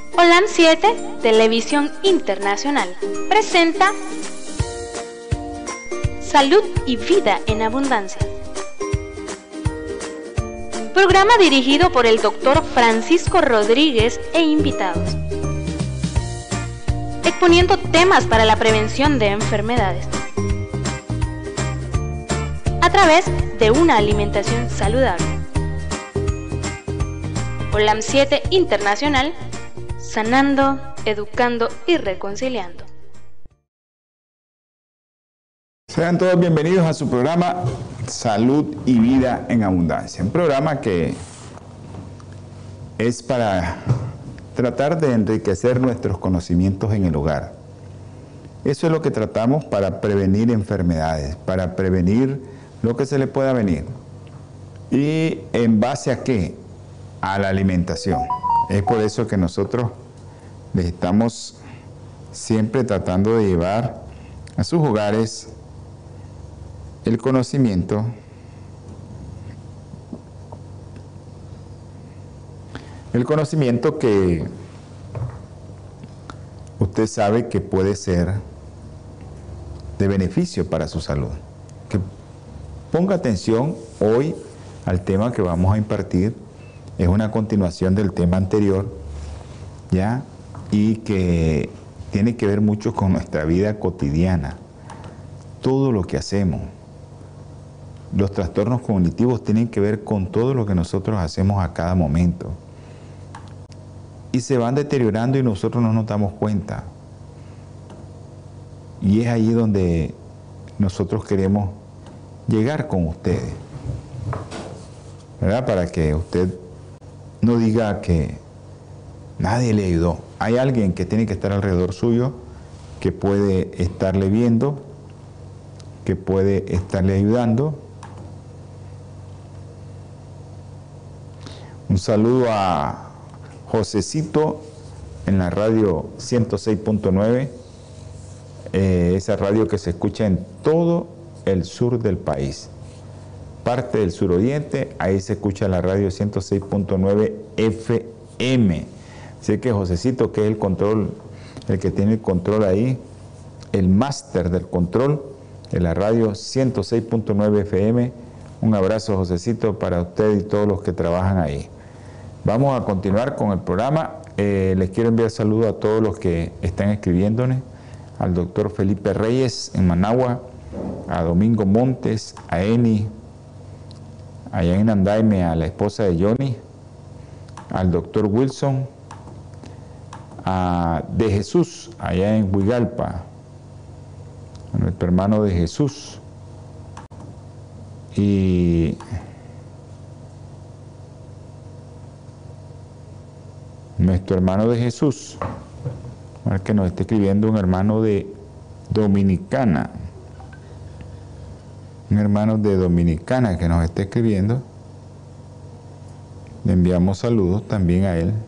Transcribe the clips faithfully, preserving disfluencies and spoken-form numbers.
Olam siete, Televisión Internacional, presenta Salud y Vida en Abundancia. Programa dirigido por el doctor Francisco Rodríguez e invitados, exponiendo temas para la prevención de enfermedades a través de una alimentación saludable. Olam siete Internacional, sanando, educando y reconciliando. Sean todos bienvenidos a su programa Salud y Vida en Abundancia. Un programa que es para tratar de enriquecer nuestros conocimientos en el hogar. Eso es lo que tratamos para prevenir enfermedades, para prevenir lo que se le pueda venir. ¿Y en base a qué? A la alimentación. Es por eso que nosotros les estamos siempre tratando de llevar a sus hogares el conocimiento el conocimiento que usted sabe que puede ser de beneficio para su salud. Que ponga atención hoy al tema que vamos a impartir. Es una continuación del tema anterior, ¿ya? Y que tiene que ver mucho con nuestra vida cotidiana. Todo lo que hacemos. Los trastornos cognitivos tienen que ver con todo lo que nosotros hacemos a cada momento. Y se van deteriorando y nosotros no nos damos cuenta. Y es ahí donde nosotros queremos llegar con ustedes, ¿verdad? Para que usted no diga que nadie le ayudó. Hay alguien que tiene que estar alrededor suyo, que puede estarle viendo, que puede estarle ayudando. Un saludo a Josecito en la radio ciento seis punto nueve, eh, esa radio que se escucha en todo el sur del país. Parte del suroriente, ahí se escucha la radio ciento seis punto nueve F M. Así que Josecito, que es el control, el que tiene el control ahí, el máster del control de la radio ciento seis punto nueve F M. Un abrazo, Josecito, para usted y todos los que trabajan ahí. Vamos a continuar con el programa. Eh, les quiero enviar saludos a todos los que están escribiéndonos, al doctor Felipe Reyes en Managua, a Domingo Montes, a Eni, allá en Andaime, a la esposa de Johnny, al doctor Wilson, a De Jesús, allá en Huigalpa, a nuestro hermano De Jesús, y nuestro hermano De Jesús, que nos está escribiendo un hermano de Dominicana, un hermano de Dominicana que nos está escribiendo. Le enviamos saludos también a él,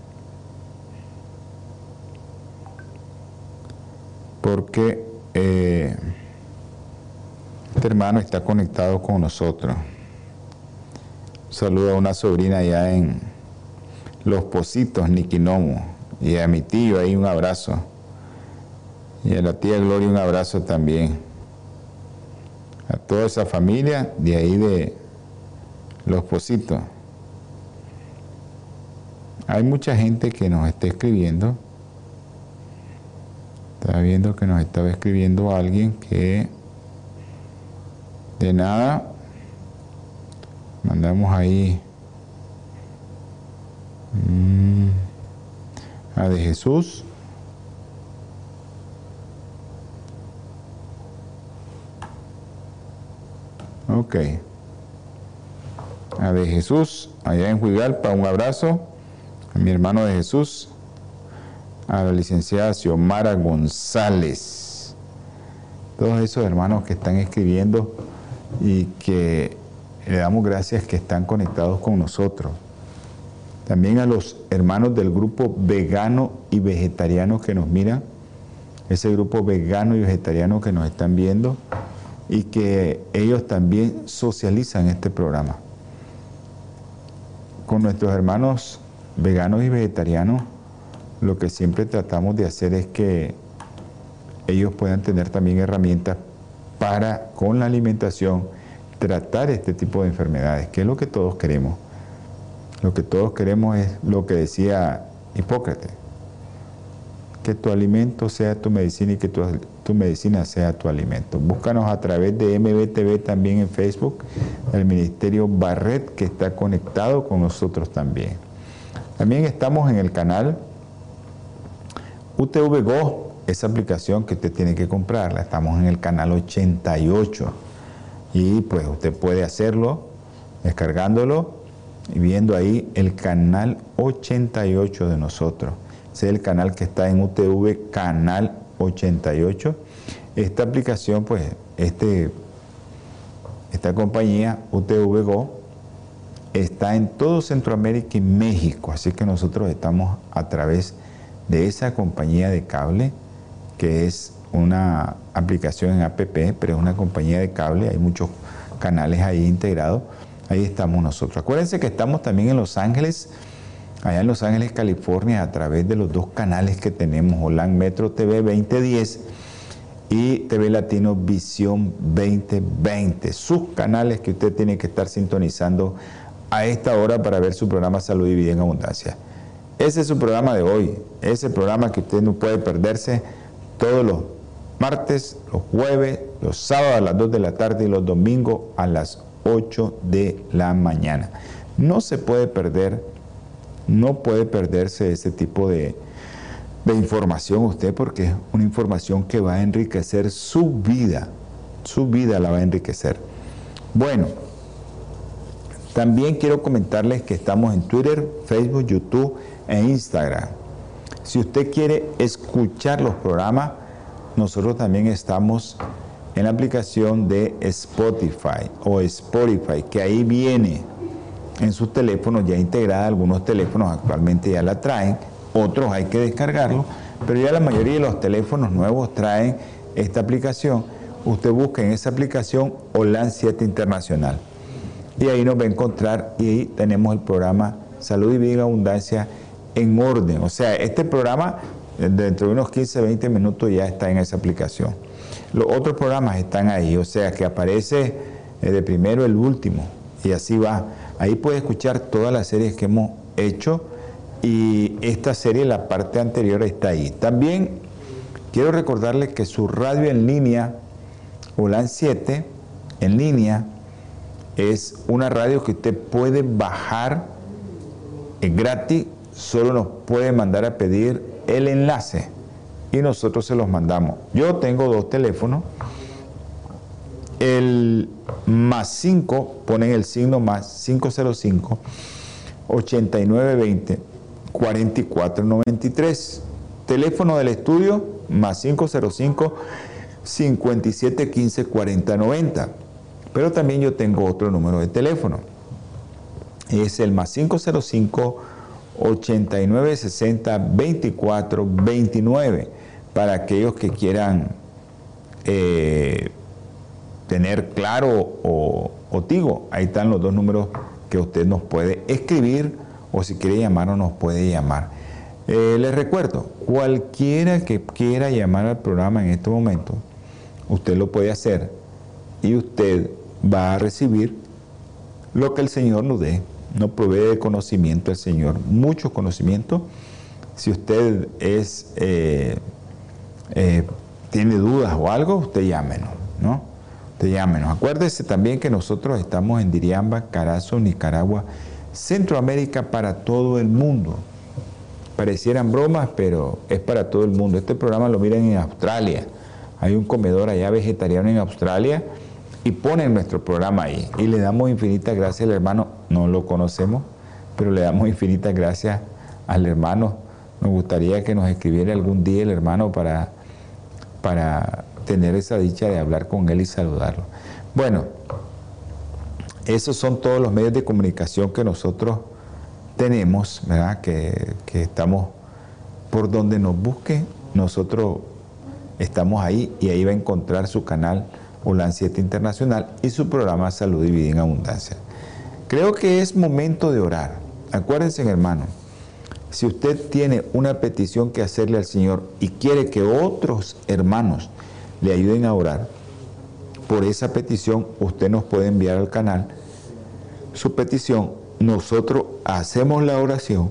porque eh, este hermano está conectado con nosotros. Un saludo a una sobrina allá en Los Pocitos, Niquinomo, y a mi tío ahí un abrazo, y a la tía Gloria un abrazo también, a toda esa familia de ahí de Los Pocitos. Hay mucha gente que nos está escribiendo. Estaba viendo que nos estaba escribiendo alguien que de nada mandamos ahí mmm, a De Jesús. Ok. A De Jesús, allá en Huigalpa, un abrazo. A mi hermano De Jesús. A la licenciada Xiomara González. Todos esos hermanos que están escribiendo y que le damos gracias que están conectados con nosotros. También a los hermanos del grupo vegano y vegetariano que nos miran. Ese grupo vegano y vegetariano que nos están viendo. Y que ellos también socializan este programa. Con nuestros hermanos veganos y vegetarianos lo que siempre tratamos de hacer es que ellos puedan tener también herramientas para, con la alimentación, tratar este tipo de enfermedades, que es lo que todos queremos. Lo que todos queremos es lo que decía Hipócrates, que tu alimento sea tu medicina y que tu, tu medicina sea tu alimento. Búscanos a través de M B T V también en Facebook, el Ministerio Barret, que está conectado con nosotros también. También estamos en el canal U T V Go, esa aplicación que usted tiene que comprarla. Estamos en el canal ochenta y ocho y pues usted puede hacerlo descargándolo y viendo ahí el canal ochenta y ocho de nosotros. Ese es el canal que está en U T V Canal ochenta y ocho. Esta aplicación, pues, este, esta compañía U T V Go está en todo Centroamérica y México, así que nosotros estamos a través de esa compañía de cable, que es una aplicación en app, pero es una compañía de cable, hay muchos canales ahí integrados, ahí estamos nosotros. Acuérdense que estamos también en Los Ángeles, allá en Los Ángeles, California, a través de los dos canales que tenemos, Holan Metro T V veinte diez y T V Latino Visión veinte veinte, sus canales que usted tiene que estar sintonizando a esta hora para ver su programa Salud y Vida en Abundancia. Ese es su programa de hoy, ese programa que usted no puede perderse todos los martes, los jueves, los sábados a las dos de la tarde y los domingos a las ocho de la mañana. No se puede perder, no puede perderse ese tipo de, de información usted, porque es una información que va a enriquecer su vida, su vida la va a enriquecer. Bueno, también quiero comentarles que estamos en Twitter, Facebook, YouTube e Instagram. Si usted quiere escuchar los programas, nosotros también estamos en la aplicación de Spotify o Spotify, que ahí viene en sus teléfonos ya integrada. Algunos teléfonos actualmente ya la traen, otros hay que descargarlo, pero ya la mayoría de los teléfonos nuevos traen esta aplicación. Usted busca en esa aplicación Holan siete Internacional y ahí nos va a encontrar, y ahí tenemos el programa Salud y Vida en Abundancia en orden. O sea, este programa dentro de unos quince a veinte minutos ya está en esa aplicación. Los otros programas están ahí, o sea que aparece de primero el último y así va. Ahí puede escuchar todas las series que hemos hecho y esta serie, la parte anterior, está ahí. También quiero recordarles que su radio en línea, Holan siete en línea, es una radio que usted puede bajar, es gratis, solo nos puede mandar a pedir el enlace y nosotros se los mandamos. Yo tengo dos teléfonos, el más cinco, ponen el signo más cinco cero cinco, ochenta y nueve veinte, cuarenta y cuatro noventa y tres. Teléfono del estudio más cinco cero cinco, cincuenta y siete quince, cuarenta noventa. Pero también yo tengo otro número de teléfono. Es el más cinco cero cinco, ochenta y nueve sesenta, veinticuatro veintinueve. Para aquellos que quieran eh, tener claro o, o Tigo, ahí están los dos números que usted nos puede escribir o si quiere llamarnos nos puede llamar. Eh, les recuerdo, cualquiera que quiera llamar al programa en este momento, usted lo puede hacer y usted va a recibir lo que el Señor nos dé. Nos provee de conocimiento el Señor, mucho conocimiento. Si usted es, eh, eh, tiene dudas o algo, usted llámenos, ¿no? Usted llámenos. Acuérdese también que nosotros estamos en Diriamba, Carazo, Nicaragua, Centroamérica, para todo el mundo. Parecieran bromas, pero es para todo el mundo. Este programa lo miran en Australia. Hay un comedor allá vegetariano en Australia y ponen nuestro programa ahí. Y le damos infinitas gracias al hermano. No lo conocemos, pero le damos infinitas gracias al hermano. Nos gustaría que nos escribiera algún día el hermano para, para tener esa dicha de hablar con él y saludarlo. Bueno, esos son todos los medios de comunicación que nosotros tenemos, ¿verdad? Que, que estamos por donde nos busque, nosotros estamos ahí y ahí va a encontrar su canal Holan siete Internacional y su programa Salud y Vida en Abundancia. Creo que es momento de orar. Acuérdense, hermano, Si usted tiene una petición que hacerle al Señor y quiere que otros hermanos le ayuden a orar, por esa petición usted nos puede enviar al canal su petición. Nosotros hacemos la oración.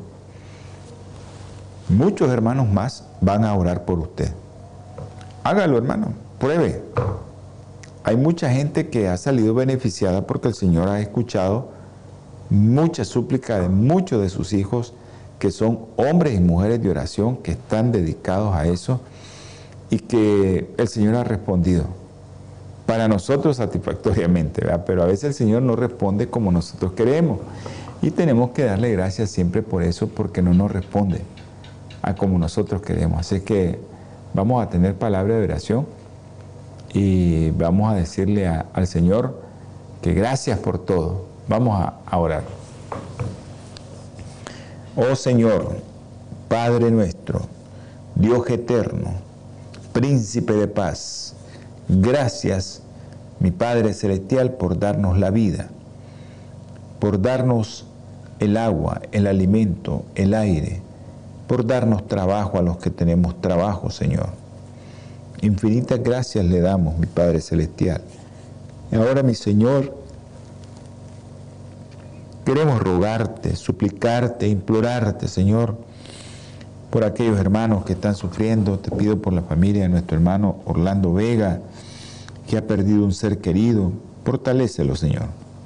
Muchos hermanos más van a orar por usted. Hágalo, hermano. Pruebe. Hay mucha gente que ha salido beneficiada porque el Señor ha escuchado muchas súplicas de muchos de sus hijos que son hombres y mujeres de oración que están dedicados a eso y que el Señor ha respondido. Para nosotros satisfactoriamente, ¿verdad? Pero a veces el Señor no responde como nosotros queremos. Y tenemos que darle gracias siempre por eso, porque no nos responde a como nosotros queremos. Así que vamos a tener palabra de oración y vamos a decirle a, al Señor que gracias por todo. Vamos a, a orar. Oh Señor, Padre nuestro, Dios eterno, Príncipe de paz, gracias, mi Padre celestial, por darnos la vida, por darnos el agua, el alimento, el aire, por darnos trabajo a los que tenemos trabajo, Señor. Infinitas gracias le damos, mi Padre celestial. Y ahora, mi Señor, queremos rogarte, suplicarte, implorarte, Señor, por aquellos hermanos que están sufriendo. Te pido por la familia de nuestro hermano Orlando Vega, que ha perdido un ser querido. Fortalécelo, Señor.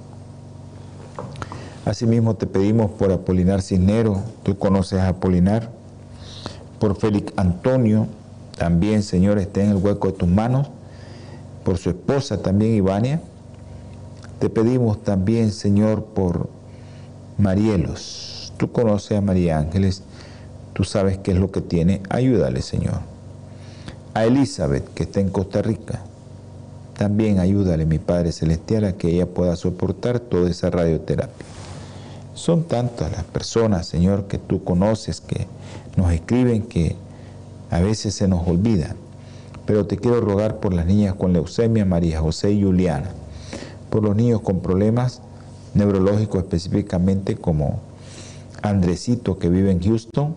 Asimismo te pedimos por Apolinar Cisnero, tú conoces a Apolinar, por Félix Antonio, también, Señor, esté en el hueco de tus manos, por su esposa también, Ivania. Te pedimos también, Señor, por Marielos, tú conoces a María Ángeles, tú sabes qué es lo que tiene, ayúdale, Señor. A Elizabeth, que está en Costa Rica, también ayúdale, mi Padre celestial, a que ella pueda soportar toda esa radioterapia. Son tantas las personas, Señor, que tú conoces, que nos escriben, que a veces se nos olvida. Pero te quiero rogar por las niñas con leucemia, María José y Juliana, por los niños con problemas neurológicos específicamente como Andresito, que vive en Houston,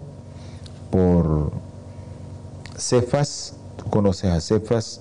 por Cefas, tú conoces a Cefas,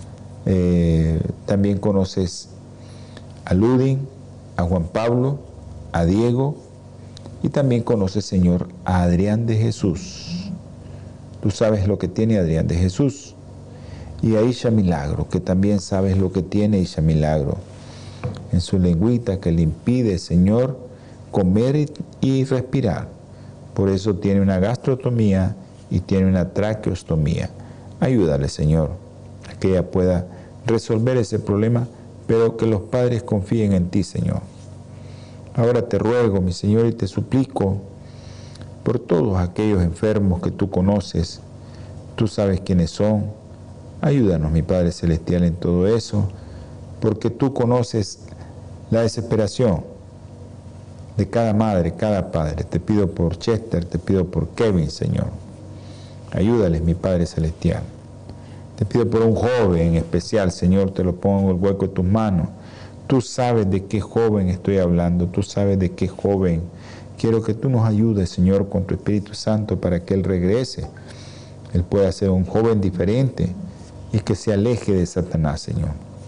eh, también conoces a Ludin, a Juan Pablo, a Diego, y también conoces, Señor, a Adrián de Jesús. Tú sabes lo que tiene Adrián de Jesús. Y a Isha Milagro, que también sabes lo que tiene Isha Milagro en su lengüita, que le impide, Señor, comer y, y respirar. Por eso tiene una gastrotomía y tiene una traqueostomía. Ayúdale, Señor, a que ella pueda resolver ese problema, pero que los padres confíen en ti, Señor. Ahora te ruego, mi Señor, y te suplico por todos aquellos enfermos que tú conoces, tú sabes quiénes son. Ayúdanos, mi Padre celestial, en todo eso, porque tú conoces la desesperación de cada madre, cada padre. Te pido por Chester, te pido por Kevin, Señor. Ayúdales, mi Padre celestial. Te pido por un joven en especial, Señor, te lo pongo en el hueco de tus manos. Tú sabes de qué joven estoy hablando, tú sabes de qué joven. Quiero que tú nos ayudes, Señor, con tu Espíritu Santo para que él regrese. Él pueda ser un joven diferente y que se aleje de Satanás, Señor.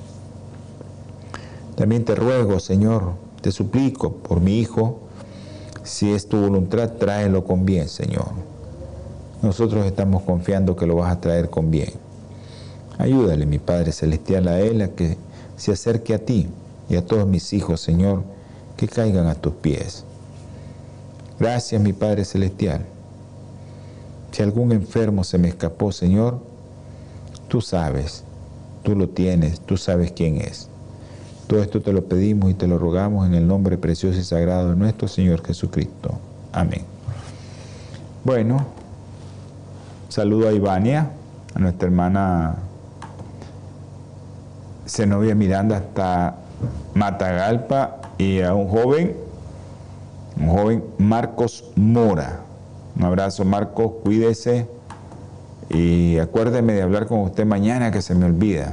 También te ruego, Señor, te suplico por mi hijo, si es tu voluntad, tráelo con bien, Señor. Nosotros estamos confiando que lo vas a traer con bien. Ayúdale, mi Padre celestial, a él a que se acerque a ti y a todos mis hijos, Señor, que caigan a tus pies. Gracias, mi Padre celestial. Si algún enfermo se me escapó, Señor, tú sabes, tú lo tienes, tú sabes quién es. Todo esto te lo pedimos y te lo rogamos en el nombre precioso y sagrado de nuestro Señor Jesucristo. Amén. Bueno, saludo a Ivania, a nuestra hermana Zenobia Miranda hasta Matagalpa, y a un joven, un joven Marcos Mora. Un abrazo, Marcos, cuídese y acuérdeme de hablar con usted mañana, que se me olvida.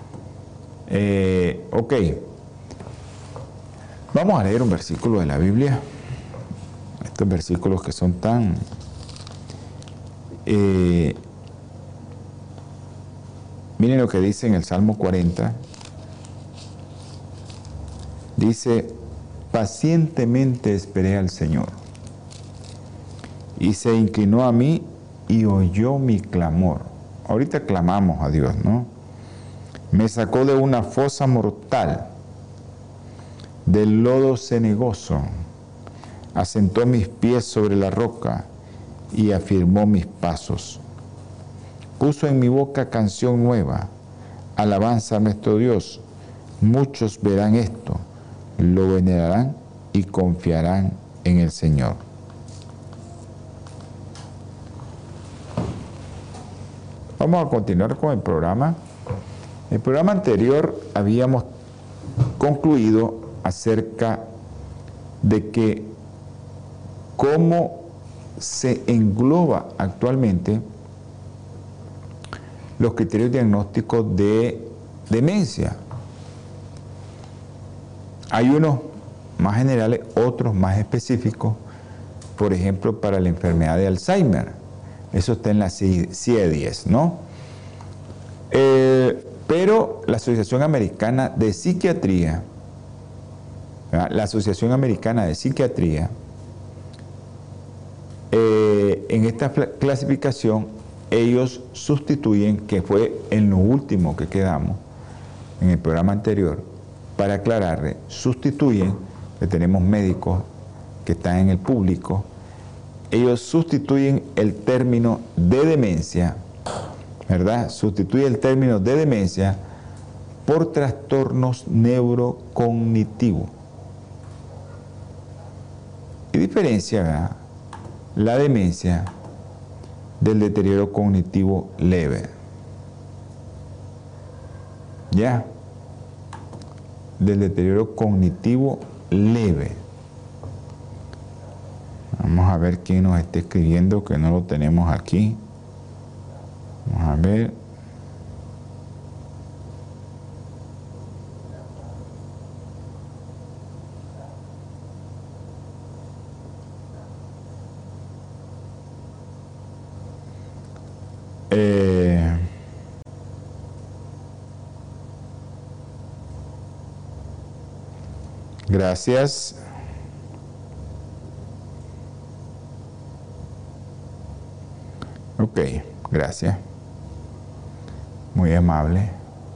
Eh, ok, vamos a leer un versículo de la Biblia. Estos versículos que son tan... Eh, miren lo que dice en el Salmo cuarenta. Dice, pacientemente esperé al Señor, y se inclinó a mí y oyó mi clamor. Ahorita clamamos a Dios, ¿no? Me sacó de una fosa mortal, del lodo cenagoso, asentó mis pies sobre la roca y afirmó mis pasos. Puso en mi boca canción nueva, alabanza a nuestro Dios. Muchos verán esto, lo venerarán y confiarán en el Señor. Vamos a continuar con el programa. En el programa anterior habíamos concluido acerca de que cómo se engloba actualmente los criterios diagnósticos de demencia. Hay unos más generales, otros más específicos, por ejemplo, para la enfermedad de Alzheimer. Eso está en la C I E diez, ¿no? Eh, pero la Asociación Americana de Psiquiatría, ¿verdad? La Asociación Americana de Psiquiatría, eh, en esta clasificación, ellos sustituyen, que fue en lo último que quedamos en el programa anterior, para aclararle, sustituyen, que tenemos médicos que están en el público, ellos sustituyen el término de demencia, ¿verdad? Sustituye el término de demencia por trastornos neurocognitivos. Y diferencia, ¿verdad?, la demencia del deterioro cognitivo leve. ¿Ya? Del deterioro cognitivo leve. Vamos a ver quién nos está escribiendo, que no lo tenemos aquí. Vamos a ver. Eh, gracias. Ok, gracias. Muy amable.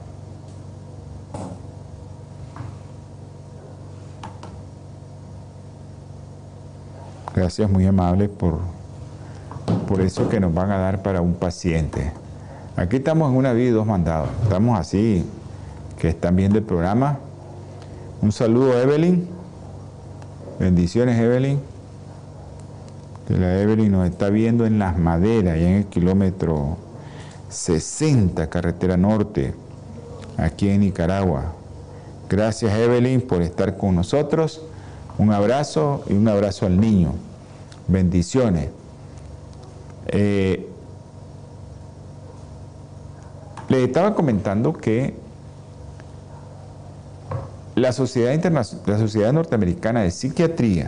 Gracias, muy amable por, por eso que nos van a dar para un paciente. Aquí estamos en una vida y dos mandados. Estamos así, que están viendo el programa. Un saludo a Evelyn. Bendiciones, Evelyn. Que la Evelyn nos está viendo en Las Maderas, ya en el kilómetro sesenta, carretera norte, aquí en Nicaragua. Gracias, Evelyn, por estar con nosotros. Un abrazo y un abrazo al niño. Bendiciones. Eh, les estaba comentando que la Sociedad Internacional, la Sociedad Norteamericana de Psiquiatría,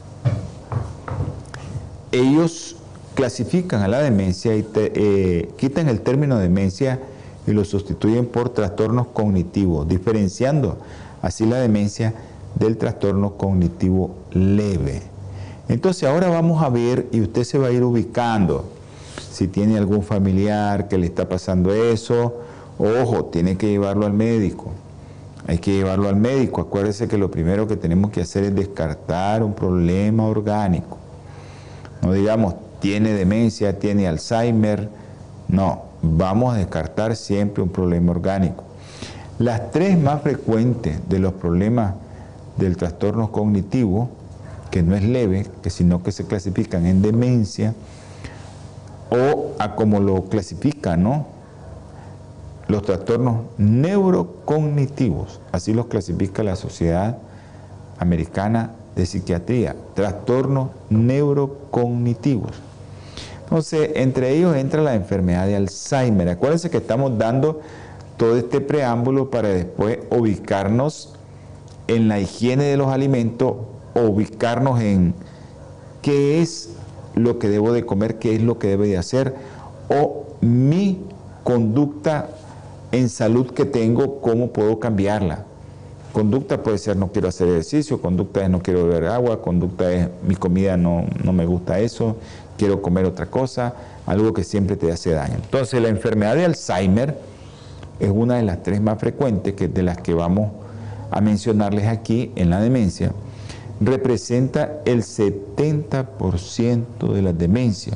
ellos clasifican a la demencia y te, eh, quitan el término demencia y lo sustituyen por trastornos cognitivos, diferenciando así la demencia del trastorno cognitivo leve. Entonces ahora vamos a ver, y usted se va a ir ubicando, si tiene algún familiar que le está pasando eso, ojo, tiene que llevarlo al médico. Hay que llevarlo al médico. Acuérdese que lo primero que tenemos que hacer es descartar un problema orgánico. No digamos, tiene demencia, tiene Alzheimer. No, vamos a descartar siempre un problema orgánico. Las tres más frecuentes de los problemas del trastorno cognitivo, que no es leve, que sino que se clasifican en demencia, o a como lo clasifican, ¿no?, los trastornos neurocognitivos, así los clasifica la Sociedad Americana de Psiquiatría, trastornos neurocognitivos. Entonces, entre ellos entra la enfermedad de Alzheimer. Acuérdense que estamos dando todo este preámbulo para después ubicarnos en la higiene de los alimentos, o ubicarnos en qué es lo que debo de comer, qué es lo que debo de hacer, o mi conducta en salud que tengo, cómo puedo cambiarla. Conducta puede ser no quiero hacer ejercicio, conducta es no quiero beber agua, conducta es mi comida no, no me gusta eso, quiero comer otra cosa, algo que siempre te hace daño. Entonces la enfermedad de Alzheimer es una de las tres más frecuentes, que de las que vamos a mencionarles aquí en la demencia. Representa el setenta por ciento de la demencia.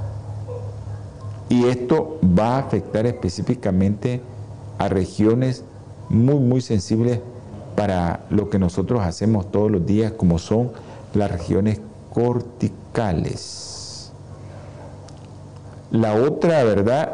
Y esto va a afectar específicamente a regiones muy, muy sensibles para lo que nosotros hacemos todos los días, como son las regiones corticales. La otra, ¿verdad?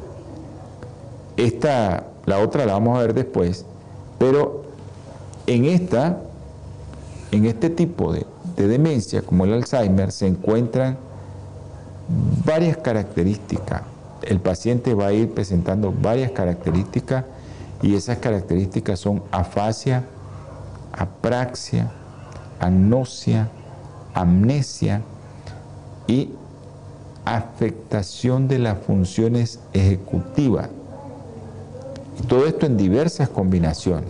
Esta, la otra la vamos a ver después, pero en esta, en este tipo de, de demencia, como el Alzheimer, se encuentran varias características. El paciente va a ir presentando varias características y esas características son afasia, apraxia, agnosia, amnesia y afectación de las funciones ejecutivas. Y todo esto en diversas combinaciones.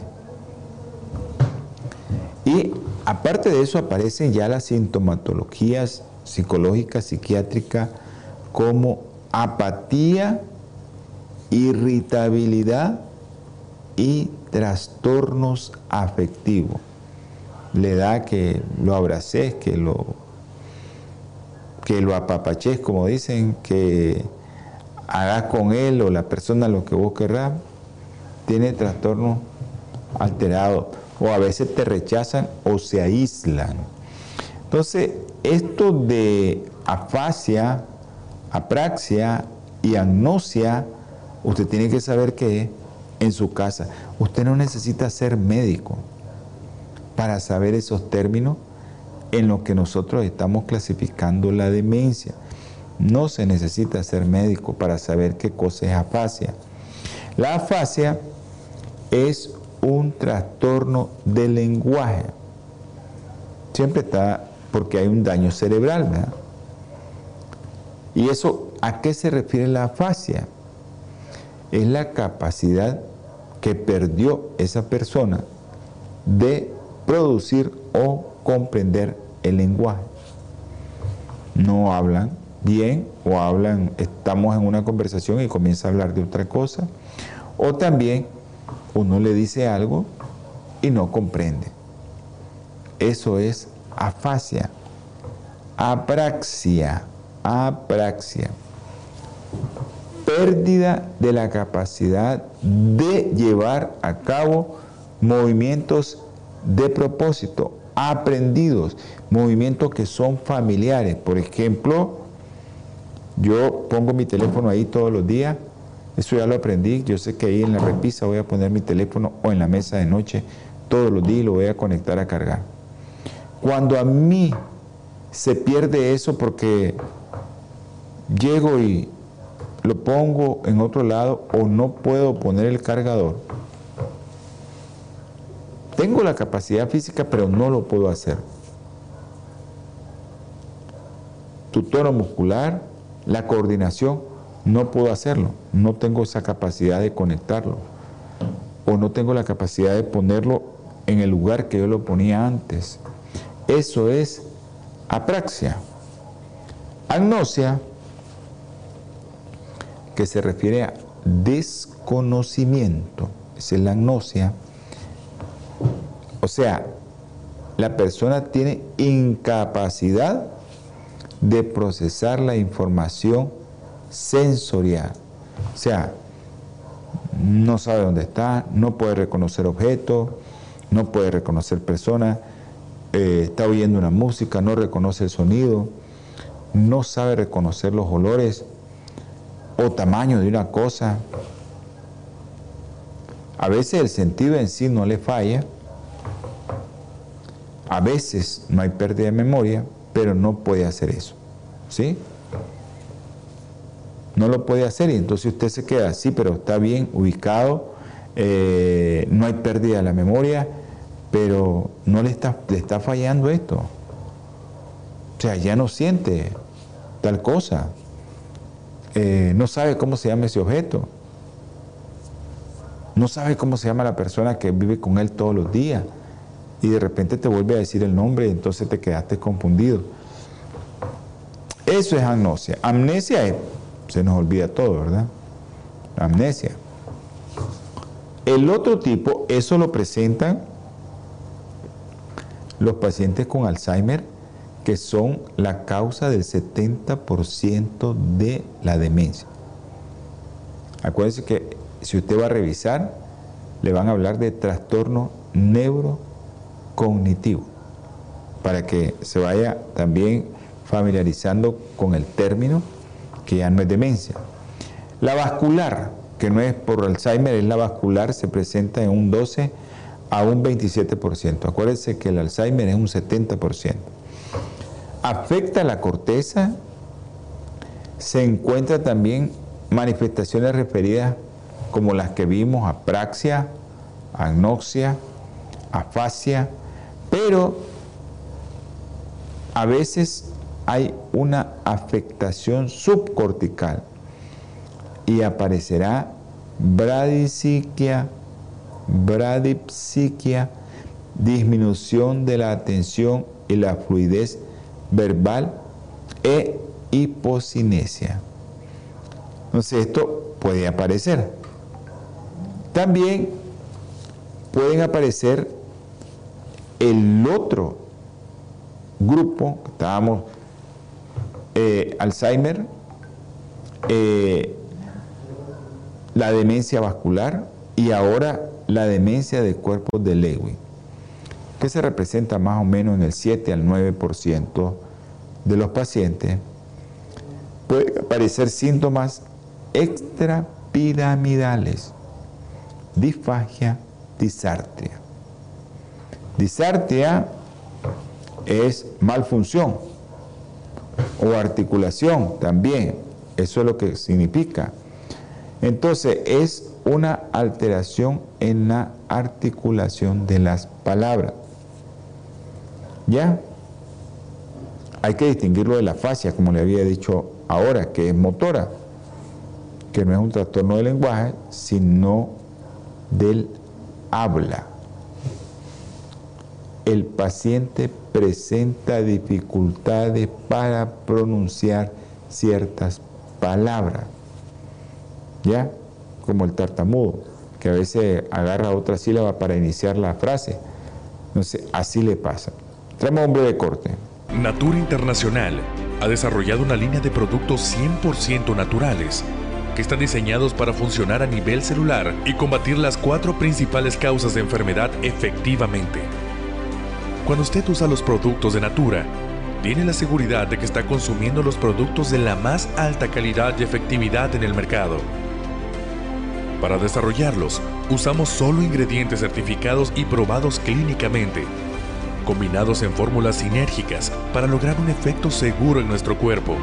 Y aparte de eso aparecen ya las sintomatologías psicológicas, psiquiátricas, como apatía, irritabilidad y trastornos afectivos. Le da que lo abraces, que lo, que lo apapaches, como dicen, que hagas con él o la persona lo que vos querrás. Tiene trastornos alterados, o a veces te rechazan o se aíslan. Entonces, esto de afasia, apraxia y agnosia, usted tiene que saber que en su casa. Usted no necesita ser médico para saber esos términos en los que nosotros estamos clasificando la demencia. No se necesita ser médico para saber qué cosa es afasia. La afasia es un trastorno del lenguaje. Siempre está porque hay un daño cerebral, ¿verdad? ¿Y eso a qué se refiere la afasia? Es la capacidad que perdió esa persona de producir o comprender el lenguaje. No hablan bien o hablan, estamos en una conversación y comienza a hablar de otra cosa, o también uno le dice algo y no comprende. Eso es afasia. Apraxia, apraxia. Pérdida de la capacidad de llevar a cabo movimientos de propósito, aprendidos, movimientos que son familiares. Por ejemplo, yo pongo mi teléfono ahí todos los días. Eso ya lo aprendí. Yo sé que ahí en la repisa voy a poner mi teléfono, o en la mesa de noche todos los días, y lo voy a conectar a cargar. Cuando a mí se pierde eso porque llego y lo pongo en otro lado, o no puedo poner el cargador, tengo la capacidad física pero no lo puedo hacer. Tu tono muscular, la coordinación, no puedo hacerlo, no tengo esa capacidad de conectarlo, o no tengo la capacidad de ponerlo en el lugar que yo lo ponía antes. Eso es apraxia. Agnosia, que se refiere a desconocimiento, esa es la agnosia. O sea, la persona tiene incapacidad de procesar la información sensorial. O sea, no sabe dónde está, no puede reconocer objetos, no puede reconocer personas, eh, está oyendo una música, no reconoce el sonido, no sabe reconocer los olores o tamaño de una cosa. A veces el sentido en sí no le falla, a veces no hay pérdida de memoria, pero no puede hacer eso, ¿sí? No lo puede hacer, y entonces usted se queda así, pero está bien ubicado, eh, no hay pérdida de la memoria, pero no le está, le está fallando esto. sea, ya no siente tal cosa, eh, no sabe cómo se llama ese objeto, no sabe cómo se llama la persona que vive con él todos los días, y de repente te vuelve a decir el nombre y entonces te quedaste confundido. Eso es agnosia. Amnesia es, se nos olvida todo, ¿verdad? Amnesia. El otro tipo, eso lo presentan los pacientes con Alzheimer, que son la causa del setenta por ciento de la demencia. Acuérdense que si usted va a revisar, le van a hablar de trastorno neurocognitivo, para que se vaya también familiarizando con el término, que ya no es demencia. La vascular, que no es por Alzheimer, es la vascular, se presenta en un doce a un veintisiete por ciento. Acuérdense que el Alzheimer es un setenta por ciento. Afecta la corteza, se encuentran también manifestaciones referidas como las que vimos, apraxia, agnosia, afasia, pero a veces hay una afectación subcortical y aparecerá bradipsiquia, bradipsiquia, disminución de la atención y la fluidez verbal e hipocinesia. Entonces esto puede aparecer. También pueden aparecer el otro grupo, que estábamos, eh, Alzheimer, eh, la demencia vascular y ahora la demencia de cuerpos de Lewy, que se representa más o menos en el siete al nueve por ciento de los pacientes. Pueden aparecer síntomas extrapiramidales, disfagia, disartria. Disartria es malfunción o articulación también, eso es lo que significa. Entonces es una alteración en la articulación de las palabras. ¿Ya? Hay que distinguirlo de la afasia, como le había dicho ahora, que es motora, que no es un trastorno del lenguaje, sino del habla. El paciente presenta dificultades para pronunciar ciertas palabras, ¿ya? Como el tartamudo, que a veces agarra otra sílaba para iniciar la frase. Entonces, así le pasa. Traemos un breve corte. Natura Internacional ha desarrollado una línea de productos cien por ciento naturales que están diseñados para funcionar a nivel celular y combatir las cuatro principales causas de enfermedad efectivamente. Cuando usted usa los productos de Natura, tiene la seguridad de que está consumiendo los productos de la más alta calidad y efectividad en el mercado. Para desarrollarlos, usamos solo ingredientes certificados y probados clínicamente, combinados en fórmulas sinérgicas para lograr un efecto seguro en nuestro cuerpo.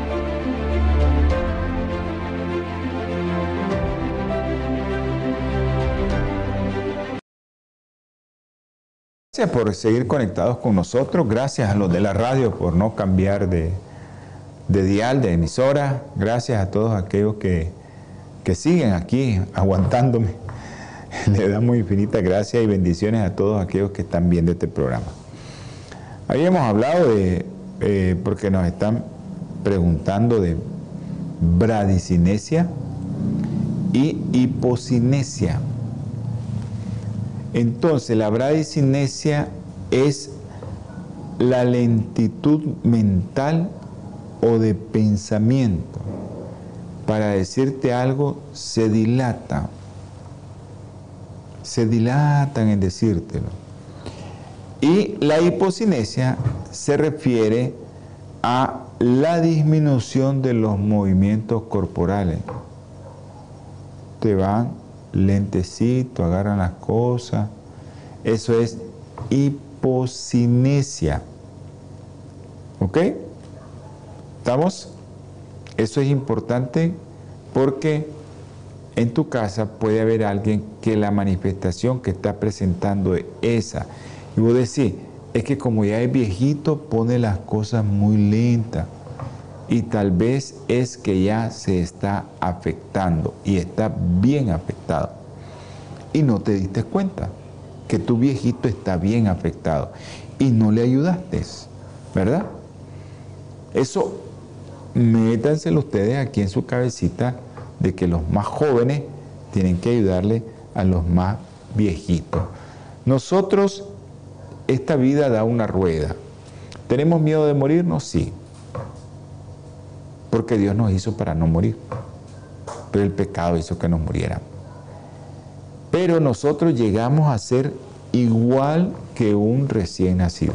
Gracias por seguir conectados con nosotros, gracias a los de la radio por no cambiar de, de dial, de emisora, gracias a todos aquellos que, que siguen aquí aguantándome. Le damos infinitas gracias y bendiciones a todos aquellos que están viendo este programa. Habíamos hablado de, eh, porque nos están preguntando de bradicinesia y hipocinesia. Entonces, la bradicinesia es la lentitud mental o de pensamiento. Para decirte algo, se dilata. Se dilatan en decírtelo. Y la hipocinesia se refiere a la disminución de los movimientos corporales. Te van lentecito, agarran las cosas. Eso es hipocinesia. ¿Ok? ¿Estamos? Eso es importante porque en tu casa puede haber alguien que la manifestación que está presentando es esa. Y vos decís, es que como ya es viejito, pone las cosas muy lentas. Y tal vez es que ya se está afectando y está bien afectado. Y no te diste cuenta que tu viejito está bien afectado y no le ayudaste, ¿verdad? Eso, métanselo ustedes aquí en su cabecita de que los más jóvenes tienen que ayudarle a los más viejitos. Nosotros, esta vida da una rueda. ¿Tenemos miedo de morirnos? Sí. Porque Dios nos hizo para no morir. Pero el pecado hizo que nos muriéramos. Pero nosotros llegamos a ser igual que un recién nacido.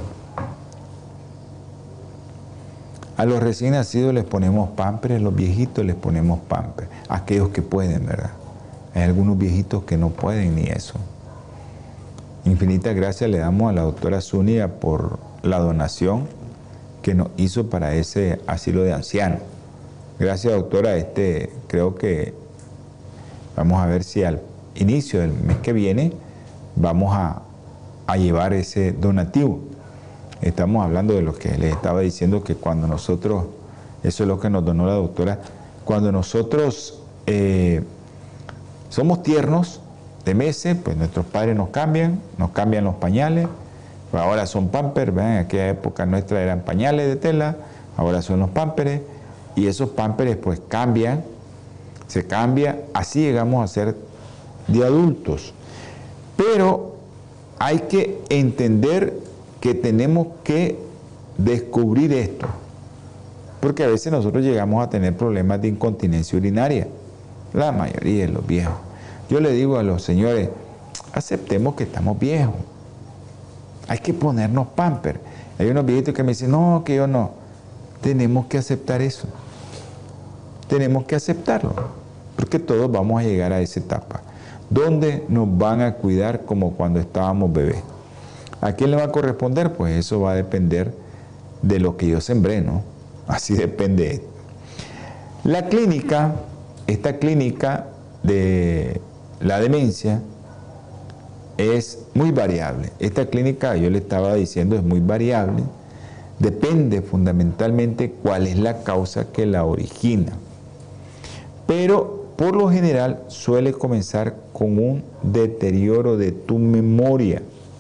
A los recién nacidos les ponemos pampers, a los viejitos les ponemos pampers. Aquellos que pueden, ¿verdad? Hay algunos viejitos que no pueden ni eso. Infinitas gracias le damos a la doctora Zúñiga por la donación que nos hizo para ese asilo de ancianos. Gracias, doctora. Este, creo que vamos a ver si al inicio del mes que viene vamos a, a llevar ese donativo. Estamos hablando de lo que les estaba diciendo, que cuando nosotros, eso es lo que nos donó la doctora, cuando nosotros eh, somos tiernos de meses, pues nuestros padres nos cambian, nos cambian los pañales, pues ahora son pampers, ¿verdad? En aquella época nuestra eran pañales de tela, ahora son los pampers, y esos pampers pues cambian, se cambia, así llegamos a ser de adultos. Pero hay que entender que tenemos que descubrir esto, porque a veces nosotros llegamos a tener problemas de incontinencia urinaria, la mayoría de los viejos. Yo le digo a los señores, aceptemos que estamos viejos, hay que ponernos pampers. Hay unos viejitos que me dicen, no, que yo no. Tenemos que aceptar eso, tenemos que aceptarlo, porque todos vamos a llegar a esa etapa, donde nos van a cuidar como cuando estábamos bebés. ¿A quién le va a corresponder? Pues eso va a depender de lo que yo sembré, ¿no? Así depende. La clínica, esta clínica de la demencia es muy variable. Esta clínica, yo le estaba diciendo, es muy variable. Depende fundamentalmente cuál es la causa que la origina. Pero por lo general suele comenzar con un deterioro de tu memoria.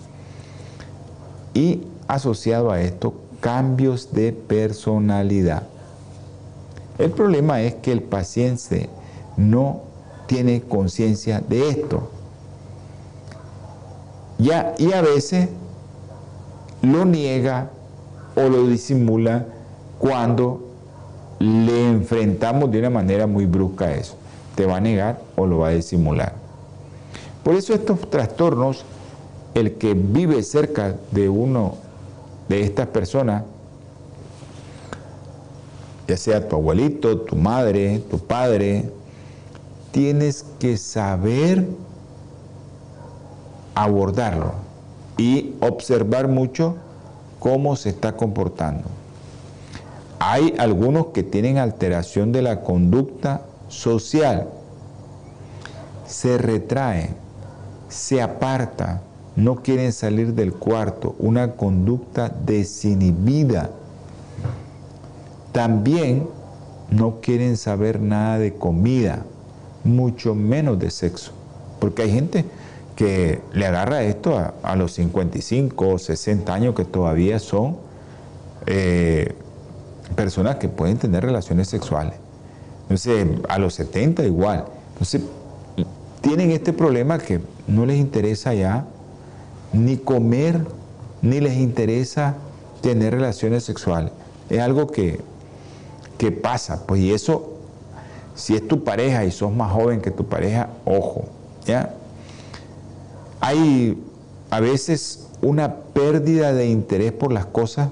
Y asociado a esto, cambios de personalidad. El problema es que el paciente no tiene conciencia de esto. Ya, y a veces lo niega o lo disimula cuando le enfrentamos de una manera muy brusca a eso. Te va a negar o lo va a disimular. Por eso estos trastornos, el que vive cerca de uno de estas personas, ya sea tu abuelito, tu madre, tu padre, tienes que saber abordarlo y observar mucho cómo se está comportando. Hay algunos que tienen alteración de la conducta social, se retrae, se aparta, no quieren salir del cuarto, una conducta desinhibida. También no quieren saber nada de comida, mucho menos de sexo, porque hay gente que le agarra esto a, a los cincuenta y cinco o sesenta años, que todavía son eh, personas que pueden tener relaciones sexuales. Entonces, a los setenta igual. Entonces, tienen este problema que no les interesa ya ni comer, ni les interesa tener relaciones sexuales. Es algo que, que pasa, pues, y eso, si es tu pareja y sos más joven que tu pareja, ojo, ¿ya? Hay a veces una pérdida de interés por las cosas.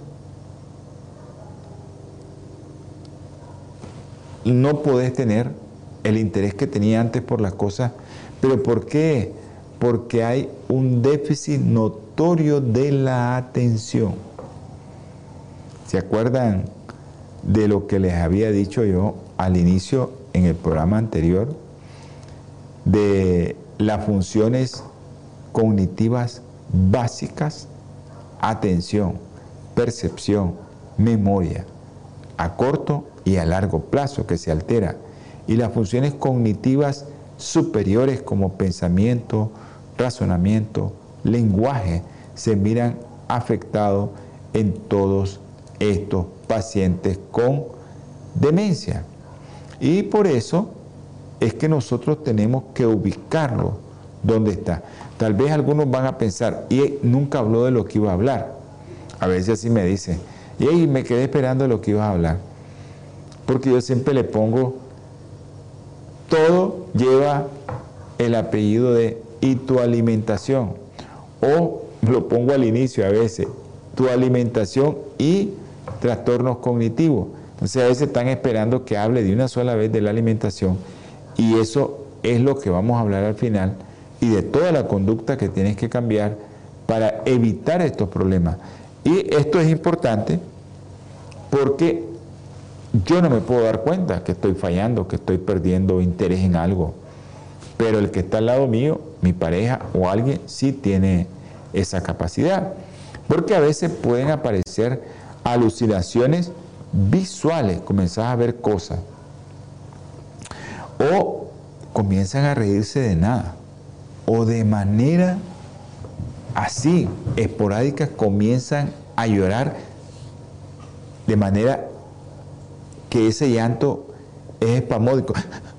No podés tener el interés que tenía antes por las cosas. ¿Pero por qué? Porque hay un déficit notorio de la atención. ¿Se acuerdan de lo que les había dicho yo al inicio en el programa anterior? De las funciones cognitivas básicas. atención, percepción, memoria, a corto y a largo plazo que se altera, y las funciones cognitivas superiores como pensamiento, razonamiento, lenguaje, se miran afectados en todos estos pacientes con demencia. Y por eso es que nosotros tenemos que ubicarlo donde está. Tal vez algunos van a pensar, y nunca habló de lo que iba a hablar. A veces así me dicen, y me quedé esperando de lo que ibas a hablar. Porque yo siempre le pongo, todo lleva el apellido de y tu alimentación. O lo pongo al inicio a veces, tu alimentación y trastornos cognitivos. Entonces a veces están esperando que hable de una sola vez de la alimentación, y eso es lo que vamos a hablar al final, y de toda la conducta que tienes que cambiar para evitar estos problemas. Y esto es importante porque yo no me puedo dar cuenta que estoy fallando, que estoy perdiendo interés en algo, pero el que está al lado mío, mi pareja o alguien, sí tiene esa capacidad, porque a veces pueden aparecer alucinaciones visuales, comenzás a ver cosas, o comienzan a reírse de nada, o de manera así, esporádica, comienzan a llorar de manera que ese llanto es espasmódico.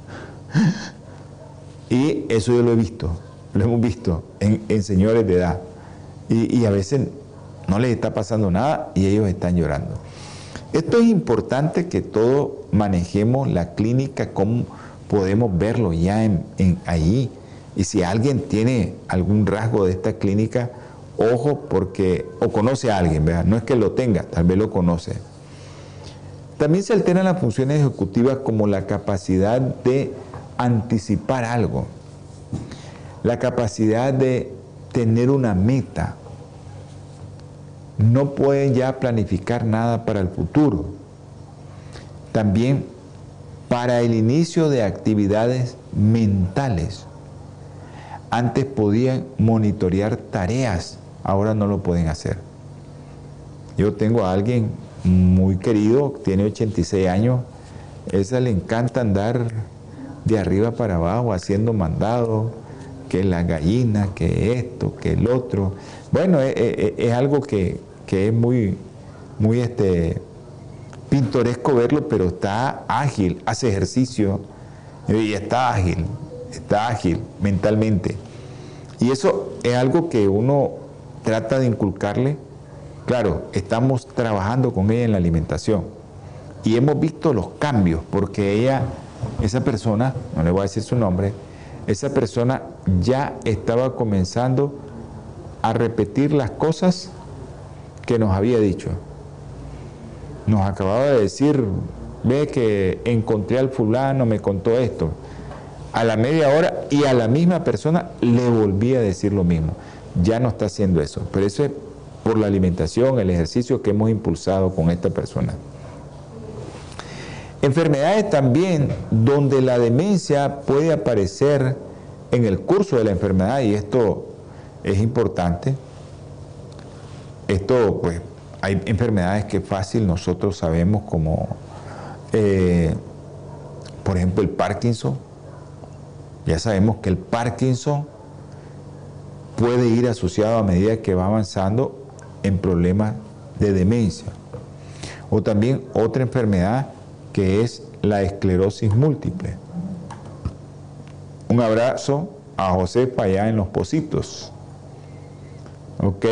Y eso yo lo he visto, lo hemos visto en, en señores de edad. Y, y a veces no les está pasando nada y ellos están llorando. Esto es importante que todos manejemos la clínica, cómo podemos verlo ya en, en allí. Y si alguien tiene algún rasgo de esta clínica, ojo, porque o conoce a alguien, ¿verdad? No es que lo tenga, tal vez lo conoce. También se alteran las funciones ejecutivas como la capacidad de anticipar algo, la capacidad de tener una meta. No pueden ya planificar nada para el futuro. También para el inicio de actividades mentales. Antes podían monitorear tareas, ahora no lo pueden hacer. Yo tengo a alguien muy querido, tiene ochenta y seis años, a esa le encanta andar de arriba para abajo haciendo mandados, que la gallina, que esto, que el otro. Bueno, es, es, es algo que, que es muy, muy este, pintoresco verlo, pero está ágil, hace ejercicio y está ágil, está ágil mentalmente. Y eso es algo que uno trata de inculcarle. Claro, estamos trabajando con ella en la alimentación y hemos visto los cambios, porque ella, esa persona, no le voy a decir su nombre, esa persona ya estaba comenzando a repetir las cosas que nos había dicho. Nos acababa de decir, ve que encontré al fulano, me contó esto. A la media hora y a la misma persona le volví a decir lo mismo. Ya no está haciendo eso, pero eso es por la alimentación, el ejercicio que hemos impulsado con esta persona. Enfermedades también donde la demencia puede aparecer en el curso de la enfermedad, y esto es importante. Esto, pues, hay enfermedades que fácil nosotros sabemos, como, eh, por ejemplo, el Parkinson. Ya sabemos que el Parkinson puede ir asociado a medida que va avanzando en problemas de demencia. O también otra enfermedad que es la esclerosis múltiple. Un abrazo a José para allá en Los Pocitos. Ok.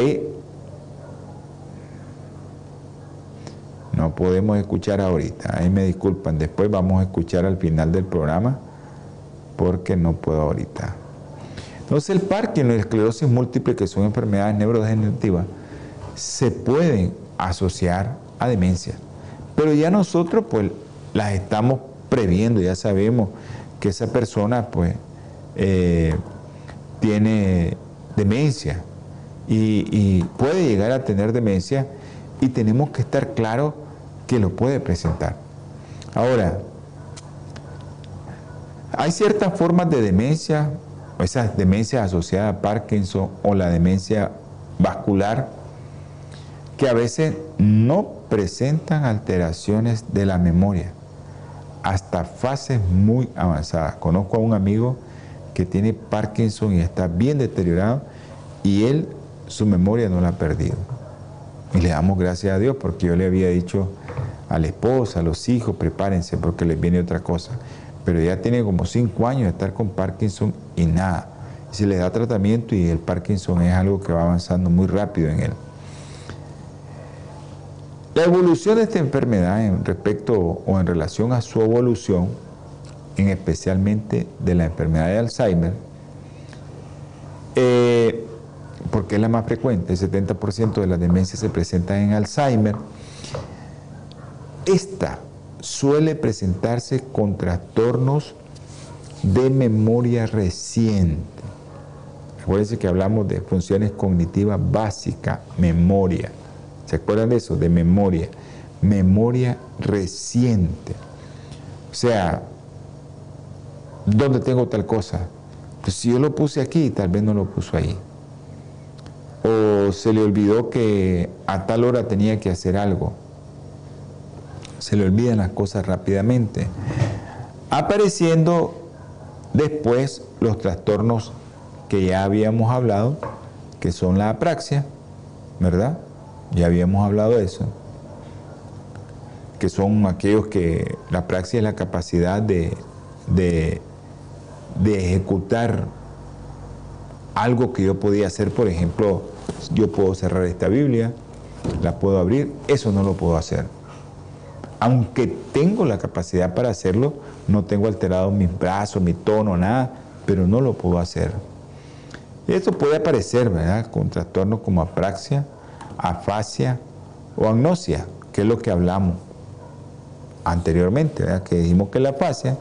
No podemos escuchar ahorita, ahí me disculpan, después vamos a escuchar al final del programa porque no puedo ahorita. Entonces el Parkinson y la esclerosis múltiple, que son enfermedades neurodegenerativas, se pueden asociar a demencia, pero ya nosotros pues las estamos previendo, ya sabemos que esa persona pues eh, tiene demencia y, y puede llegar a tener demencia, y tenemos que estar claros que lo puede presentar. Ahora, hay ciertas formas de demencia, esas demencias asociadas a Parkinson o la demencia vascular, que a veces no presentan alteraciones de la memoria, hasta fases muy avanzadas. Conozco a un amigo que tiene Parkinson y está bien deteriorado, y él su memoria no la ha perdido. Y le damos gracias a Dios, porque yo le había dicho a la esposa, a los hijos, prepárense porque les viene otra cosa. Pero ya tiene como cinco años de estar con Parkinson y nada. Y se le da tratamiento y el Parkinson es algo que va avanzando muy rápido en él. La evolución de esta enfermedad en respecto o en relación a su evolución, en especialmente de la enfermedad de Alzheimer, eh, porque es la más frecuente, el setenta por ciento de las demencias se presentan en Alzheimer. Esta suele presentarse con trastornos de memoria reciente. Acuérdense que hablamos de funciones cognitivas básicas, memoria. ¿Se acuerdan de eso? De memoria. Memoria reciente. O sea, ¿dónde tengo tal cosa? Pues si yo lo puse aquí, tal vez no lo puso ahí. O se le olvidó que a tal hora tenía que hacer algo. Se le olvidan las cosas rápidamente. Apareciendo después los trastornos que ya habíamos hablado, que son la apraxia, ¿verdad? Ya habíamos hablado de eso. Que son aquellos que la apraxia es la capacidad de, de, de ejecutar algo que yo podía hacer. Por ejemplo, yo puedo cerrar esta Biblia, la puedo abrir, eso no lo puedo hacer. Aunque tengo la capacidad para hacerlo, no tengo alterado mis brazos, mi tono, nada, pero no lo puedo hacer. Y esto puede aparecer, ¿verdad?, con trastornos como apraxia, afasia o agnosia, que es lo que hablamos anteriormente, ¿verdad?, que dijimos que la afasia,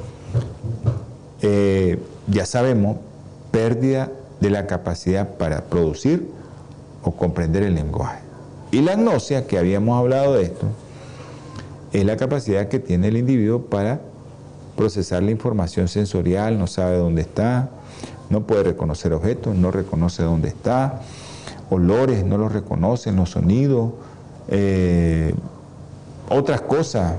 eh, ya sabemos, pérdida de la capacidad para producir o comprender el lenguaje. Y la agnosia, que habíamos hablado de esto, es la capacidad que tiene el individuo para procesar la información sensorial, no sabe dónde está, no puede reconocer objetos, no reconoce dónde está, olores no los reconoce, los sonidos, eh, otras cosas.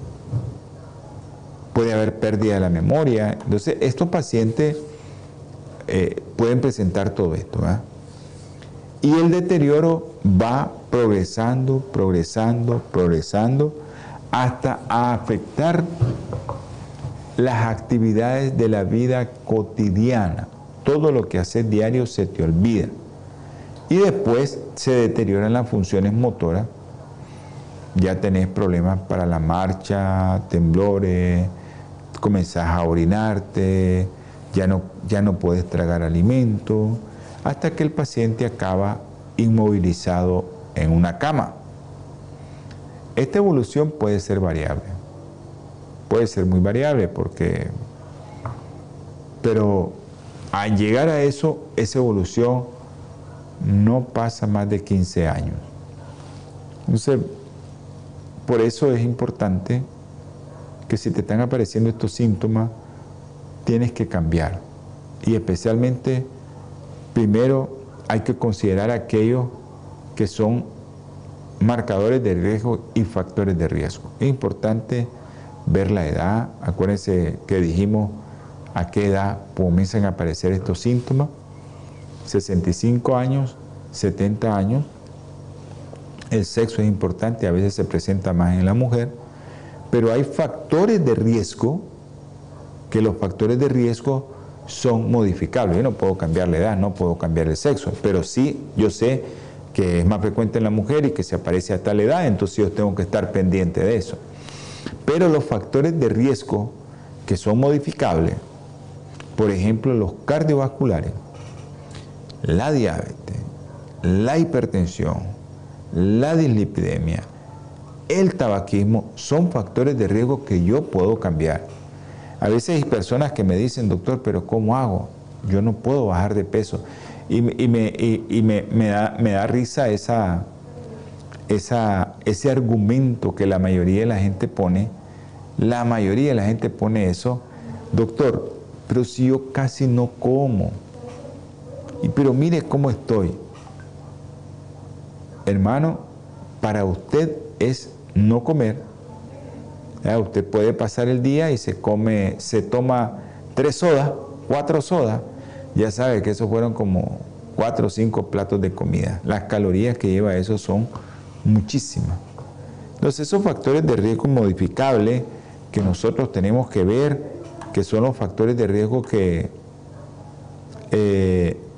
Puede haber pérdida de la memoria. Entonces, estos pacientes eh, pueden presentar todo esto, ¿verdad? Y el deterioro va progresando, progresando, progresando, hasta a afectar las actividades de la vida cotidiana. Todo lo que haces diario se te olvida. Y después se deterioran las funciones motoras. Ya tenés problemas para la marcha, temblores, comenzás a orinarte, ya no, ya no puedes tragar alimento, hasta que el paciente acaba inmovilizado en una cama. Esta evolución puede ser variable, puede ser muy variable porque, pero al llegar a eso, esa evolución no pasa más de quince años. Entonces, por eso es importante que si te están apareciendo estos síntomas, tienes que cambiar. Y especialmente, primero hay que considerar aquellos que son marcadores de riesgo y factores de riesgo. Es importante ver la edad. Acuérdense que dijimos a qué edad comienzan a aparecer estos síntomas. sesenta y cinco años, setenta años. El sexo es importante, a veces se presenta más en la mujer, pero hay factores de riesgo, que los factores de riesgo son modificables. Yo no puedo cambiar la edad, no puedo cambiar el sexo, pero sí yo sé que es más frecuente en la mujer y que se aparece a tal edad, entonces yo tengo que estar pendiente de eso. Pero los factores de riesgo que son modificables, por ejemplo, los cardiovasculares, la diabetes, la hipertensión, la dislipidemia, el tabaquismo, son factores de riesgo que yo puedo cambiar. A veces hay personas que me dicen, doctor, pero ¿cómo hago? Yo no puedo bajar de peso. Y, y, me, y, y me, me, da, me da risa esa, esa, ese argumento que la mayoría de la gente pone. La mayoría de la gente pone eso, doctor, pero si yo casi no como, y, pero mire cómo estoy. Hermano, para usted es no comer. ¿Ya? Usted puede pasar el día y se come, se toma tres sodas, cuatro sodas, ya sabe que eso fueron como cuatro o cinco platos de comida. Las calorías que lleva eso son muchísimas. Entonces esos factores de riesgo modificables que nosotros tenemos que ver, que son los factores de riesgo que eh,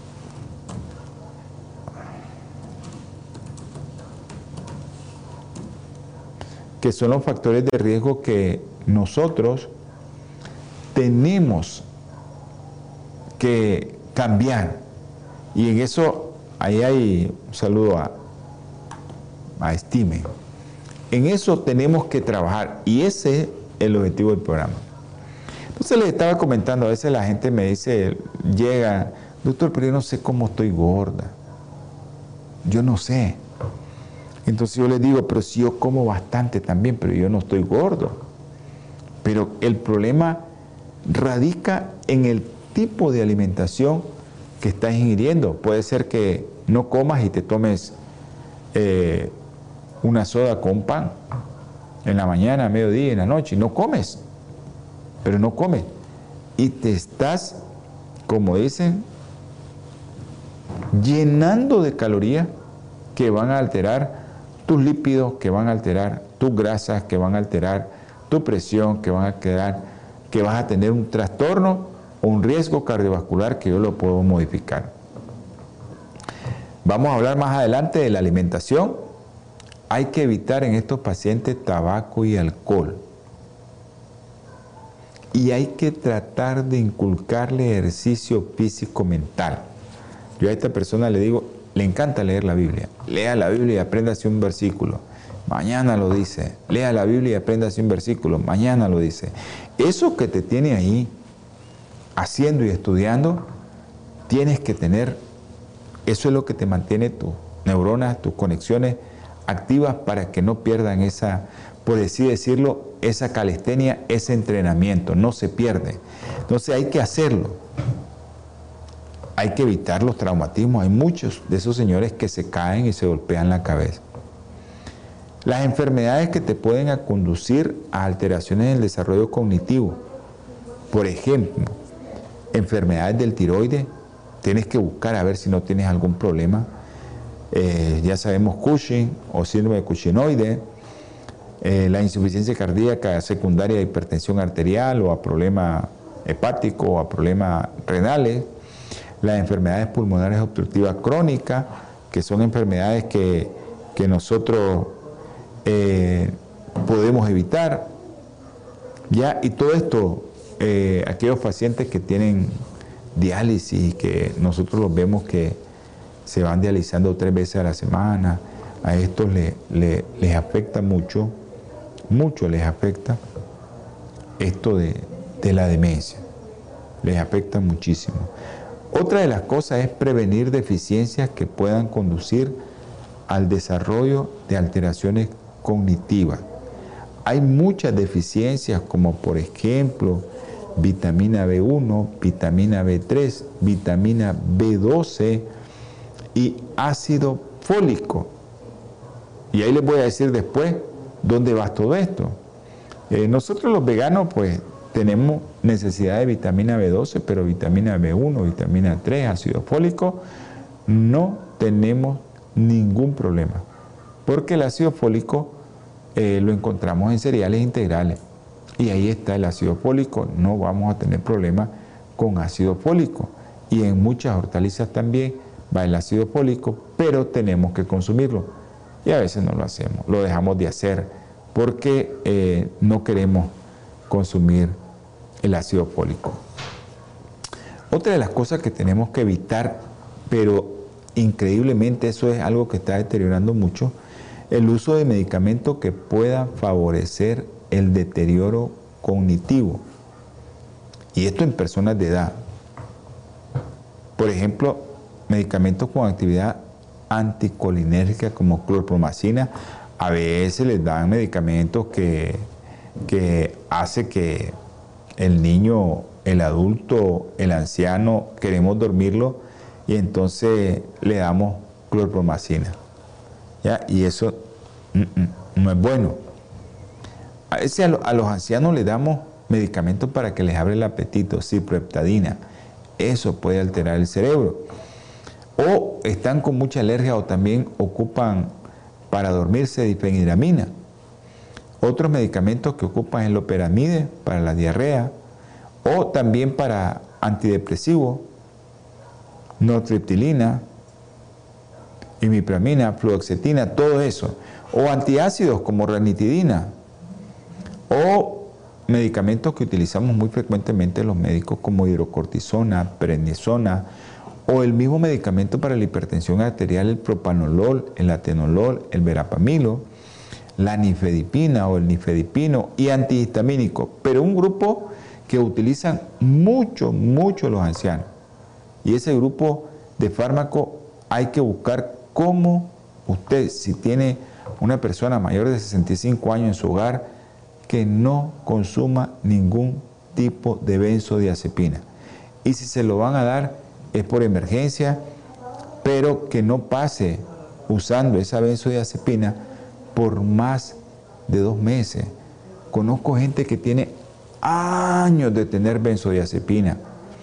que son los factores de riesgo que nosotros tenemos que cambiar. Y en eso, ahí hay un saludo a, a Estime. En eso tenemos que trabajar y ese es el objetivo del programa. Entonces les estaba comentando, a veces la gente me dice, llega, doctor, pero yo no sé cómo estoy gorda. Yo no sé. Entonces yo les digo, pero si yo como bastante también, pero yo no estoy gordo. Pero el problema radica en el tipo de alimentación que estás ingiriendo. Puede ser que no comas y te tomes eh, una soda con pan en la mañana, a mediodía, en la noche, y no comes, pero no comes. Y te estás, como dicen, llenando de calorías que van a alterar tus lípidos, que van a alterar tus grasas, que van a alterar tu presión, que van a quedar, que vas a tener un trastorno o un riesgo cardiovascular que yo lo puedo modificar. Vamos a hablar más adelante de la alimentación. Hay que evitar en estos pacientes tabaco y alcohol. Y hay que tratar de inculcarle ejercicio físico mental. Yo a esta persona le digo, le encanta leer la Biblia. Lea la Biblia y apréndase un versículo. Mañana lo dice. Lea la Biblia y apréndase un versículo. Mañana lo dice. Eso que te tiene ahí, haciendo y estudiando, tienes que tener, eso es lo que te mantiene tus neuronas, tus conexiones activas para que no pierdan esa, por así decirlo, esa calistenia, ese entrenamiento, no se pierde. Entonces hay que hacerlo. Hay que evitar los traumatismos. Hay muchos de esos señores que se caen y se golpean la cabeza. Las enfermedades que te pueden a conducir a alteraciones en el desarrollo cognitivo. Por ejemplo, enfermedades del tiroides, tienes que buscar a ver si no tienes algún problema. Eh, ya sabemos Cushing o síndrome de Cushingnoide, eh, la insuficiencia cardíaca secundaria a hipertensión arterial o a problemas hepáticos o a problemas renales, las enfermedades pulmonares obstructivas crónicas, que son enfermedades que, que nosotros eh, podemos evitar, ya, y todo esto, eh, aquellos pacientes que tienen diálisis, que nosotros los vemos que se van dializando tres veces a la semana, a estos le, le, les afecta mucho, mucho les afecta esto de, de la demencia, les afecta muchísimo. Otra de las cosas es prevenir deficiencias que puedan conducir al desarrollo de alteraciones cognitivas. Hay muchas deficiencias como por ejemplo vitamina B uno, vitamina B tres, vitamina B doce y ácido fólico. Y ahí les voy a decir después dónde va todo esto. Eh, nosotros los veganos pues tenemos necesidad de vitamina B doce, pero vitamina B uno, vitamina tres, ácido fólico, no tenemos ningún problema. Porque el ácido fólico eh, lo encontramos en cereales integrales. Y ahí está el ácido fólico, no vamos a tener problema con ácido fólico. Y en muchas hortalizas también va el ácido fólico, pero tenemos que consumirlo. Y a veces no lo hacemos, lo dejamos de hacer porque eh, no queremos consumir el ácido fólico. Otra de las cosas que tenemos que evitar, pero increíblemente eso es algo que está deteriorando mucho, el uso de medicamentos que puedan favorecer el deterioro cognitivo. Y esto en personas de edad. Por ejemplo, medicamentos con actividad anticolinérgica como clorpromacina. A veces les dan medicamentos que, que hace que el niño, el adulto, el anciano, queremos dormirlo y entonces le damos clorpromacina. ¿ya? Y eso mm, mm, no es bueno. A veces a, lo, a los ancianos les damos medicamentos para que les abra el apetito, ciprofloxacina. Eso puede alterar el cerebro. O están con mucha alergia o también ocupan para dormirse difenhidramina. Otros medicamentos que ocupan es el loperamide para la diarrea o también para antidepresivos, nortriptilina, imipramina, fluoxetina, todo eso. O antiácidos como ranitidina. O medicamentos que utilizamos muy frecuentemente los médicos como hidrocortisona, prednisona, o el mismo medicamento para la hipertensión arterial, el propanolol, el atenolol, el verapamilo, la nifedipina o el nifedipino y antihistamínico, pero un grupo que utilizan mucho, mucho los ancianos. Y ese grupo de fármacos hay que buscar cómo usted, si tiene una persona mayor de sesenta y cinco años en su hogar, que no consuma ningún tipo de benzodiazepina. Y si se lo van a dar es por emergencia, pero que no pase usando esa benzodiazepina por más de dos meses. Conozco gente que tiene años de tener benzodiazepina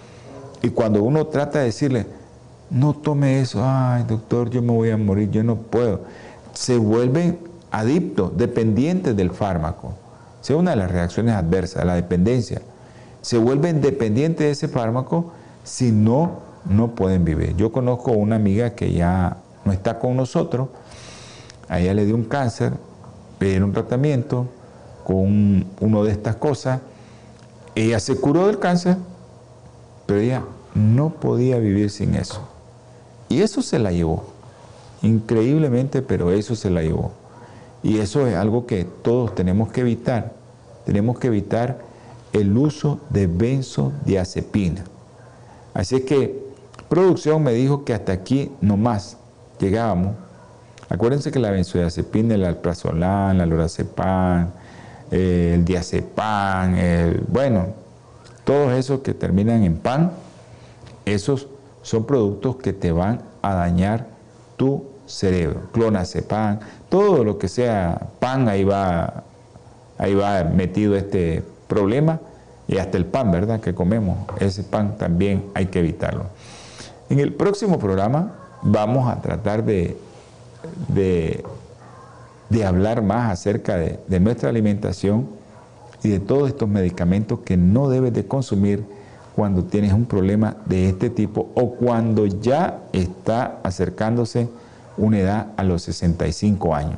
y cuando uno trata de decirle, no tome eso, ay doctor, yo me voy a morir, yo no puedo, se vuelven adictos, dependientes del fármaco. Esa es una de las reacciones adversas, la dependencia. Se vuelven dependientes de ese fármaco, si no, no pueden vivir. Yo conozco una amiga que ya no está con nosotros, a ella le dio un cáncer, le dieron un tratamiento con uno de estas cosas, ella se curó del cáncer, pero ella no podía vivir sin eso. Y eso se la llevó, increíblemente, pero eso se la llevó. Y eso es algo que todos tenemos que evitar. Tenemos que evitar el uso de benzodiazepina. Así es que producción me dijo que hasta aquí nomás llegábamos. Acuérdense que la benzodiazepina, el alprazolam, la lorazepam, eh, el diazepam, el, bueno, todos esos que terminan en pan, esos son productos que te van a dañar tu cerebro. Clonazepam, todo lo que sea pan, ahí va, ahí va metido este problema, y hasta el pan, ¿verdad?, que comemos, ese pan también hay que evitarlo. En el próximo programa vamos a tratar de, de, de hablar más acerca de, de nuestra alimentación y de todos estos medicamentos que no debes de consumir cuando tienes un problema de este tipo o cuando ya está acercándose una edad a los sesenta y cinco años.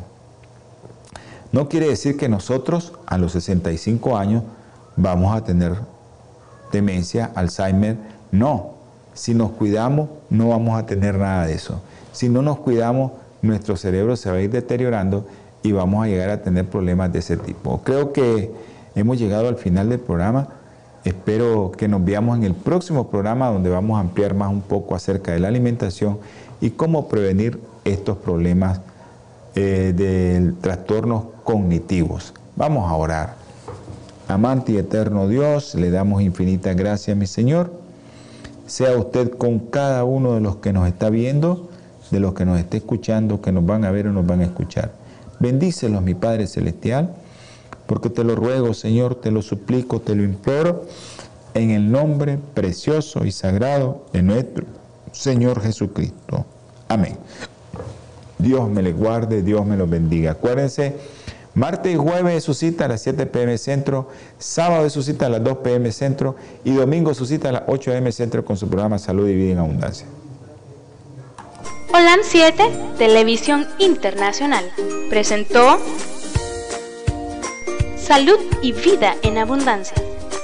No quiere decir que nosotros a los sesenta y cinco años vamos a tener demencia, Alzheimer, no. Si nos cuidamos no vamos a tener nada de eso. Si no nos cuidamos, nuestro cerebro se va a ir deteriorando y vamos a llegar a tener problemas de ese tipo. Creo que hemos llegado al final del programa. Espero que nos veamos en el próximo programa donde vamos a ampliar más un poco acerca de la alimentación y cómo prevenir estos problemas eh, de trastornos cognitivos. Vamos a orar. Amante y eterno Dios, le damos infinitas gracias, mi Señor. Sea usted con cada uno de los que nos está viendo, de los que nos está escuchando, que nos van a ver o nos van a escuchar. Bendícelos, mi Padre Celestial, porque te lo ruego, Señor, te lo suplico, te lo imploro, en el nombre precioso y sagrado de nuestro Señor Jesucristo. Amén. Dios me le guarde, Dios me lo bendiga. Acuérdense, martes y jueves es su cita a las siete pe eme centro, sábado es su cita a las dos pe eme centro y domingo su cita a las ocho eme centro con su programa Salud y Vida en Abundancia. Olam siete, Televisión Internacional, presentó Salud y Vida en Abundancia.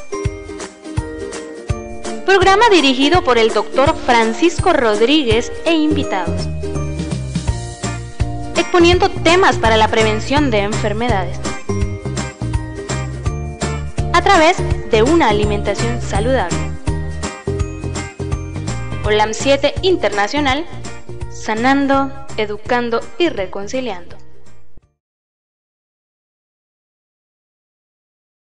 Programa dirigido por el doctor Francisco Rodríguez e invitados, exponiendo temas para la prevención de enfermedades a través de una alimentación saludable. Olam siete Internacional, sanando, educando y reconciliando.